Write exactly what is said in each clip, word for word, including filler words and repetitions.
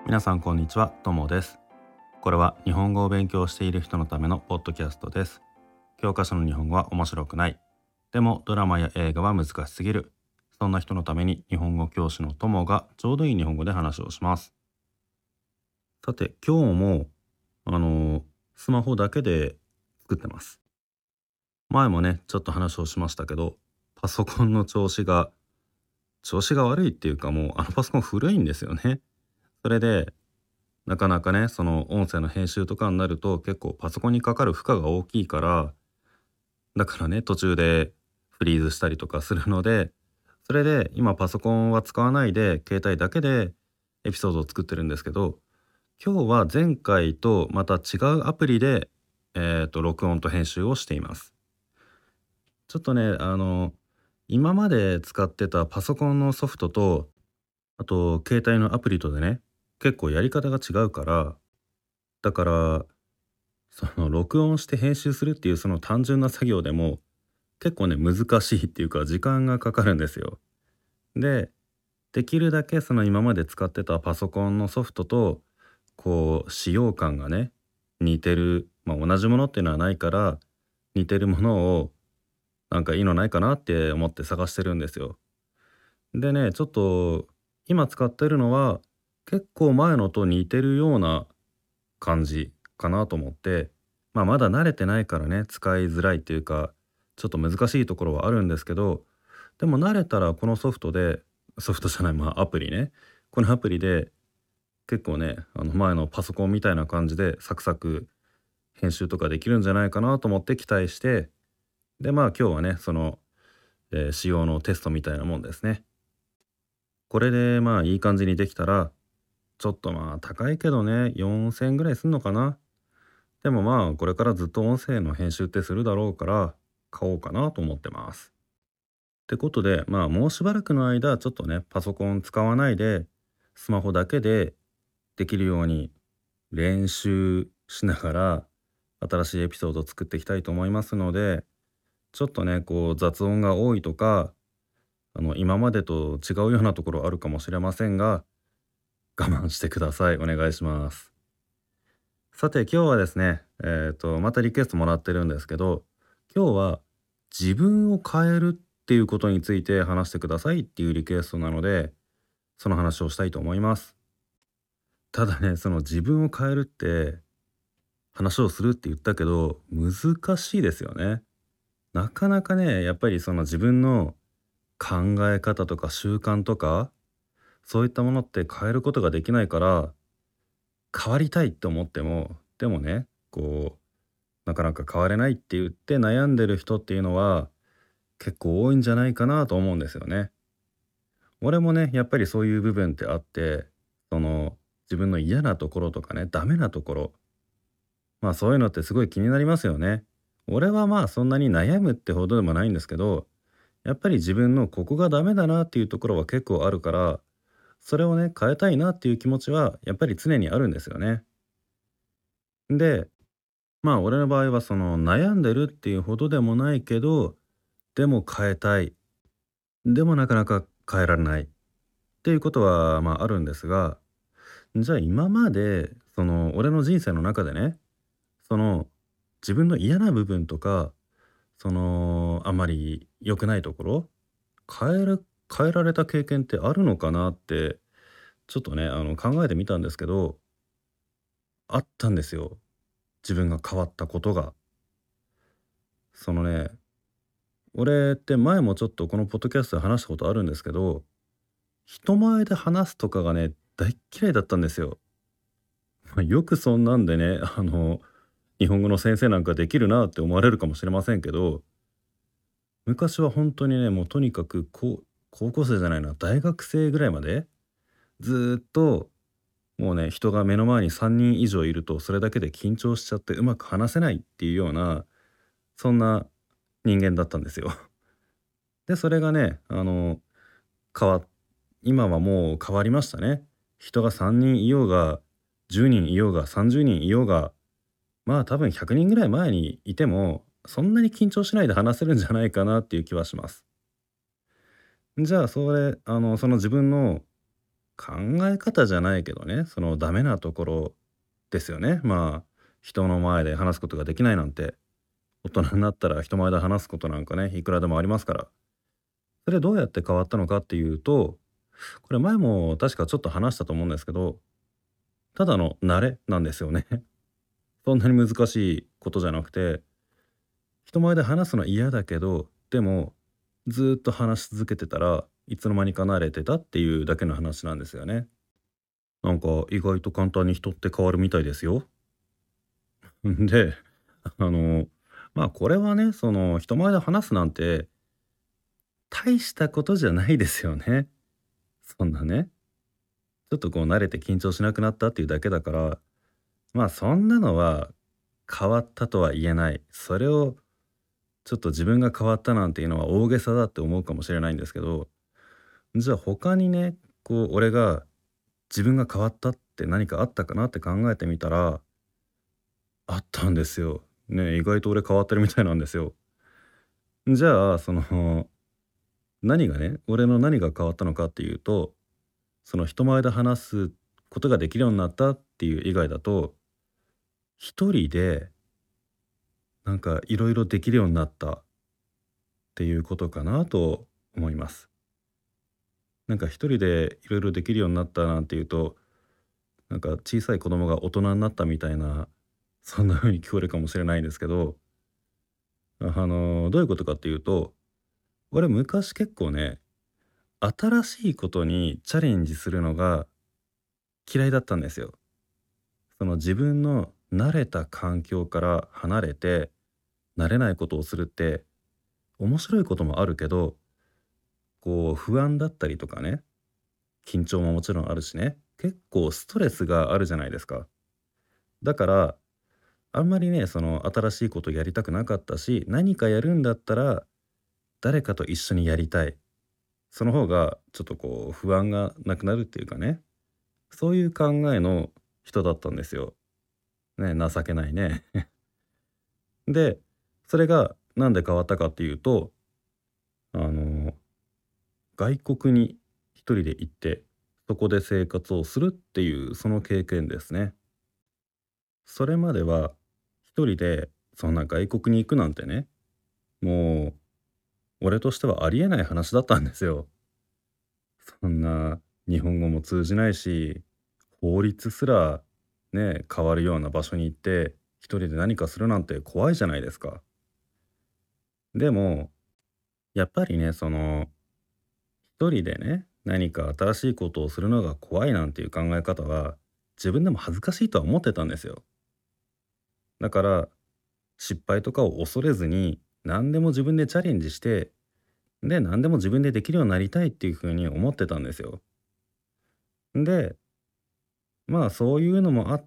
皆さんこんにちは、ともです。これは日本語を勉強している人のためのポッドキャストです。教科書の日本語は面白くない。でもドラマや映画は難しすぎる。そんな人のために日本語教師のともがちょうどいい日本語で話をします。さて、今日もあのスマホだけで作ってます。前もね、ちょっと話をしましたけど、パソコンの調子が調子が悪いっていうか、もうあのパソコン古いんですよね。それでなかなかね、その音声の編集とかになると結構パソコンにかかる負荷が大きいから、だからね、途中でフリーズしたりとかするので、それで今パソコンは使わないで携帯だけでエピソードを作ってるんですけど、今日は前回とまた違うアプリで、えーと、録音と編集をしています。ちょっとね、あの、今まで使ってたパソコンのソフトと、あと携帯のアプリとでね、結構やり方が違うから、だからその録音して編集するっていうその単純な作業でも結構ね難しいっていうか時間がかかるんですよ。で、できるだけその今まで使ってたパソコンのソフトとこう使用感がね似てる、まあ、同じものっていうのはないから似てるものをなんかいいのないかなって思って探してるんですよ。でね、ちょっと今使ってるのは結構前のと似てるような感じかなと思って、まあ、まだ慣れてないからね、使いづらいっていうか、ちょっと難しいところはあるんですけど、でも慣れたらこのソフトで、ソフトじゃない、まあアプリね。このアプリで結構ね、あの前のパソコンみたいな感じでサクサク編集とかできるんじゃないかなと思って期待して、で、まあ今日はね、その、えー仕様のテストみたいなもんですね。これでまあいい感じにできたら、ちょっとまあ高いけどね、よんせんえんぐらいすんのかな。でもまあ、これからずっと音声の編集ってするだろうから、買おうかなと思ってます。ってことで、まあ、もうしばらくの間、ちょっとね、パソコン使わないで、スマホだけでできるように練習しながら、新しいエピソードを作っていきたいと思いますので、ちょっとね、こう、雑音が多いとか、あの、今までと違うようなところあるかもしれませんが、我慢してください。お願いします。さて今日はですね、えっと、またリクエストもらってるんですけど、今日は自分を変えるっていうことについて話してくださいっていうリクエストなので、その話をしたいと思います。ただね、その自分を変えるって話をするって言ったけど、難しいですよね。なかなかね、やっぱりその自分の考え方とか習慣とか、そういったものって変えることができないから、変わりたいって思っても、でもね、こう、なかなか変われないって言って悩んでる人っていうのは結構多いんじゃないかなと思うんですよね。俺もね、やっぱりそういう部分ってあって、その自分の嫌なところとかね、ダメなところ、まあそういうのってすごい気になりますよね。俺はまあそんなに悩むってほどでもないんですけど、やっぱり自分のここがダメだなっていうところは結構あるから、それをね、変えたいなっていう気持ちはやっぱり常にあるんですよね。で、まあ俺の場合はその悩んでるっていうほどでもないけど、でも変えたい。でもなかなか変えられないっていうことはまああるんですが、じゃあ今までその俺の人生の中でね、その自分の嫌な部分とか、そのあまり良くないところ、変える変えられた経験ってあるのかなってちょっとねあの考えてみたんですけど、あったんですよ。自分が変わったことが。そのね、俺って前もちょっとこのポッドキャストで話したことあるんですけど、人前で話すとかがね、大っ嫌いだったんですよ。まあ、よくそんなんでね、あの、日本語の先生なんかできるなって思われるかもしれませんけど、昔は本当にね、もうとにかくこう高校生じゃないな、大学生ぐらいまで、ずーっと、もうね、人が目の前にさんにん以上いると、それだけで緊張しちゃってうまく話せないっていうような、そんな人間だったんですよ。で、それがね、あの、変わ今はもう変わりましたね。人がさんにんいようが、じゅうにんいようが、さんじゅうにんいようが、まあ多分ひゃくにんぐらい前にいても、そんなに緊張しないで話せるんじゃないかなっていう気はします。じゃあそれ、あの、その自分の考え方じゃないけどね、そのダメなところですよね。まあ、人の前で話すことができないなんて、大人になったら人前で話すことなんかね、いくらでもありますから。それどうやって変わったのかっていうと、これ前も確かちょっと話したと思うんですけど、ただの慣れなんですよね。そんなに難しいことじゃなくて、人前で話すの嫌だけど、でもずーっと話し続けてたらいつの間にか慣れてたっていうだけの話なんですよね。なんか意外と簡単に人って変わるみたいですよ。で、あの、まあこれはね、その人前で話すなんて大したことじゃないですよね。そんなね。ちょっとこう慣れて緊張しなくなったっていうだけだから、まあそんなのは変わったとは言えない。それをちょっと自分が変わったなんていうのは大げさだって思うかもしれないんですけど、じゃあ他にね、こう俺が自分が変わったって何かあったかなって考えてみたら、あったんですよ。ね、意外と俺変わってるみたいなんですよ。じゃあ、その、何がね、俺の何が変わったのかっていうと、その人前で話すことができるようになったっていう以外だと、一人でなんかいろいろできるようになったっていうことかなと思います。なんか一人でいろいろできるようになったなんていうと、なんか小さい子供が大人になったみたいな、そんな風に聞こえるかもしれないんですけど、あの、どういうことかっていうと、俺昔結構ね、新しいことにチャレンジするのが嫌いだったんですよ。その自分の慣れた環境から離れて、慣れないことをするって面白いこともあるけど、こう不安だったりとかね、緊張ももちろんあるしね、結構ストレスがあるじゃないですか。だから、あんまりね、その新しいことやりたくなかったし、何かやるんだったら誰かと一緒にやりたい。その方がちょっとこう不安がなくなるっていうかね、そういう考えの人だったんですよ。ね、情けないね。で、それがなんで変わったかっていうと、あの、外国に一人で行って、そこで生活をするっていうその経験ですね。それまでは一人でそんな外国に行くなんてね、もう俺としてはありえない話だったんですよ。そんな日本語も通じないし、法律すらね、変わるような場所に行って、一人で何かするなんて怖いじゃないですか。でも、やっぱりね、その、一人でね、何か新しいことをするのが怖いなんていう考え方は、自分でも恥ずかしいとは思ってたんですよ。だから、失敗とかを恐れずに、何でも自分でチャレンジして、で、何でも自分でできるようになりたいっていうふうに思ってたんですよ。で、まあそういうのもあって、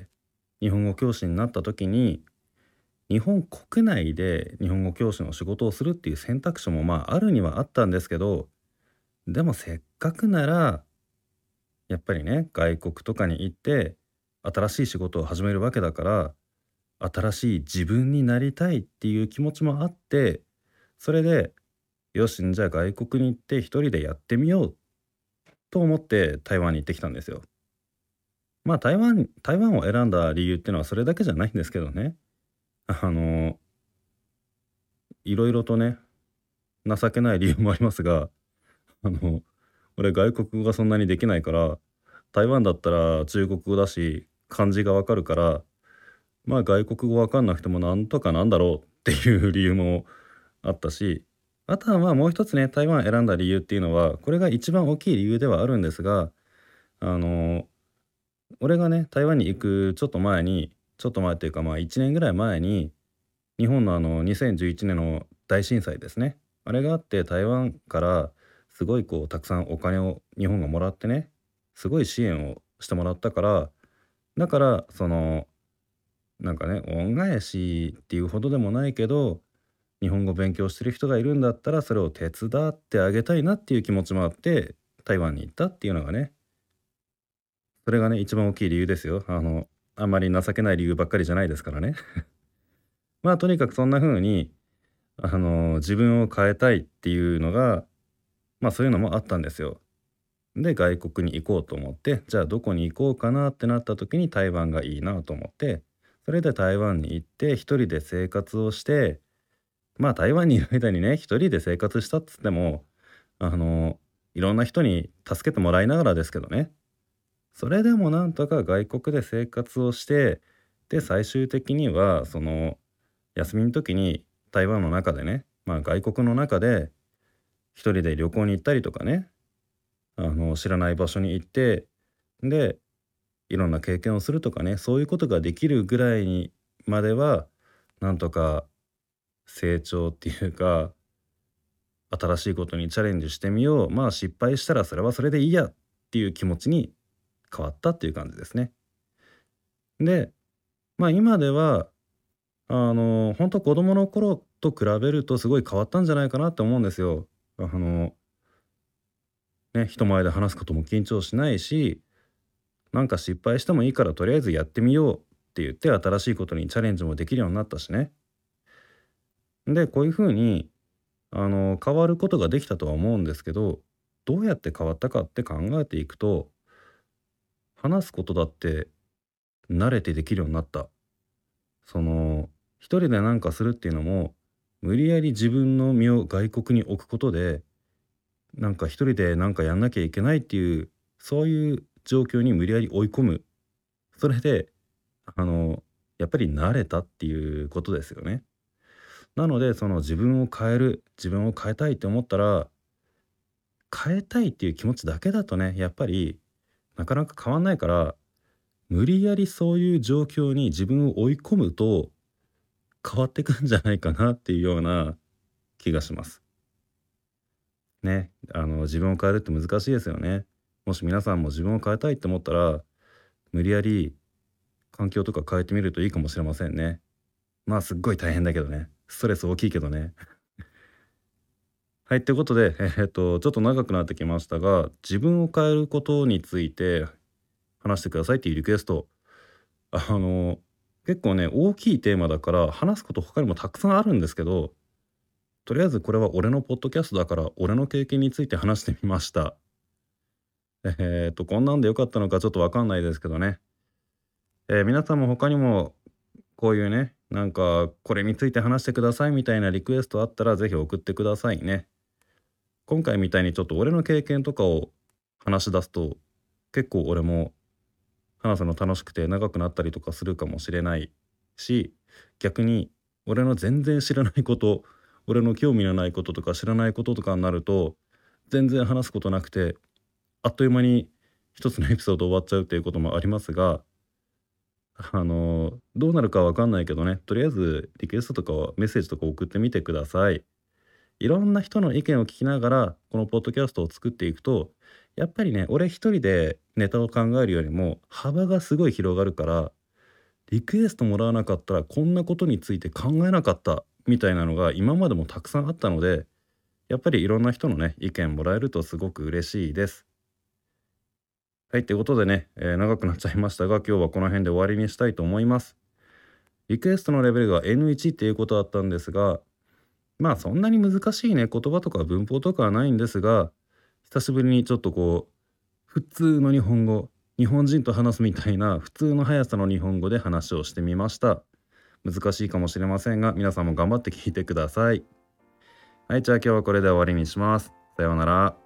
日本語教師になった時に、日本国内で日本語教師の仕事をするっていう選択肢もまああるにはあったんですけど、でもせっかくなら、やっぱりね、外国とかに行って、新しい仕事を始めるわけだから、新しい自分になりたいっていう気持ちもあって、それで、よし、じゃあ外国に行って一人でやってみようと思って台湾に行ってきたんですよ。まあ台湾、台湾を選んだ理由っていうのはそれだけじゃないんですけどね。あの、いろいろとね、情けない理由もありますが、あの、俺外国語がそんなにできないから、台湾だったら中国語だし、漢字がわかるから、まあ外国語わかんなくてもなんとかなんだろうっていう理由もあったし、あとはまあもう一つね、台湾選んだ理由っていうのは、これが一番大きい理由ではあるんですが、あの、俺がね、台湾に行くちょっと前に、ちょっと前っていうかまあいちねんぐらい前に、日本のあのにせんじゅういちねんの大震災ですね。あれがあって台湾からすごいこうたくさんお金を日本がもらってね、すごい支援をしてもらったから、だからそのなんかね、恩返しっていうほどでもないけど、日本語勉強してる人がいるんだったらそれを手伝ってあげたいなっていう気持ちもあって台湾に行ったっていうのがね、それがね一番大きい理由ですよ。あのあんまり情けない理由ばっかりじゃないですからね。まあとにかくそんな風にあの、自分を変えたいっていうのが、まあ、そういうのもあったんですよ。 で外国に行こうと思って、じゃあどこに行こうかなってなった時に台湾がいいなと思って、それで台湾に行って一人で生活をして、まあ台湾にいる間にね、一人で生活したっつっても、あのいろんな人に助けてもらいながらですけどね、それでもなんとか外国で生活をして、で最終的にはその休みの時に台湾の中でね、まあ外国の中で一人で旅行に行ったりとかね、あの知らない場所に行って、でいろんな経験をするとかね、そういうことができるぐらいにまではなんとか成長っていうか、新しいことにチャレンジしてみよう、まあ失敗したらそれはそれでいいやっていう気持ちに変わったっていう感じですね。で、まあ今ではあの本当子供の頃と比べるとすごい変わったんじゃないかなって思うんですよ。あのね、人前で話すことも緊張しないし、なんか失敗してもいいからとりあえずやってみようって言って新しいことにチャレンジもできるようになったしね。で、こういうふうにあの変わることができたとは思うんですけど、どうやって変わったかって考えていくと、話すことだって慣れてできるようになった。その一人で何かするっていうのも、無理やり自分の身を外国に置くことで、なんか一人で何かやんなきゃいけないっていう、そういう状況に無理やり追い込む。それであのやっぱり慣れたっていうことですよね。なのでその自分を変える、自分を変えたいって思ったら、変えたいっていう気持ちだけだとね、やっぱりなかなか変わんないから、無理やりそういう状況に自分を追い込むと変わってくんじゃないかなっていうような気がします。ね、あの自分を変えるって難しいですよね。もし皆さんも自分を変えたいって思ったら、無理やり環境とか変えてみるといいかもしれませんね。まあすっごい大変だけどね。ストレス大きいけどね。はい、ということで、えーっと、ちょっと長くなってきましたが、自分を変えることについて話してくださいっていうリクエスト。あの、結構ね、大きいテーマだから話すこと他にもたくさんあるんですけど、とりあえずこれは俺のポッドキャストだから俺の経験について話してみました。えーっと、こんなんでよかったのかちょっとわかんないですけどね。えー皆さんも他にもこういうね、なんかこれについて話してくださいみたいなリクエストあったらぜひ送ってくださいね。今回みたいにちょっと俺の経験とかを話し出すと、結構俺も話すの楽しくて長くなったりとかするかもしれないし、逆に俺の全然知らないこと、俺の興味のないこととか知らないこととかになると、全然話すことなくて、あっという間に一つのエピソード終わっちゃうっていうこともありますが、あのどうなるかわかんないけどね、とりあえずリクエストとかはメッセージとか送ってみてください。いろんな人の意見を聞きながらこのポッドキャストを作っていくと、やっぱりね、俺一人でネタを考えるよりも幅がすごい広がるから、リクエストもらわなかったらこんなことについて考えなかったみたいなのが今までもたくさんあったので、やっぱりいろんな人のね意見もらえるとすごく嬉しいです。はい、ということでね、えー長くなっちゃいましたが、今日はこの辺で終わりにしたいと思います。リクエストのレベルが エヌワン っていうことだったんですが、まあそんなに難しいね言葉とか文法とかはないんですが、久しぶりにちょっとこう普通の日本語、日本人と話すみたいな普通の速さの日本語で話をしてみました。難しいかもしれませんが、皆さんも頑張って聞いてください。はい、じゃあ今日はこれで終わりにします。さようなら。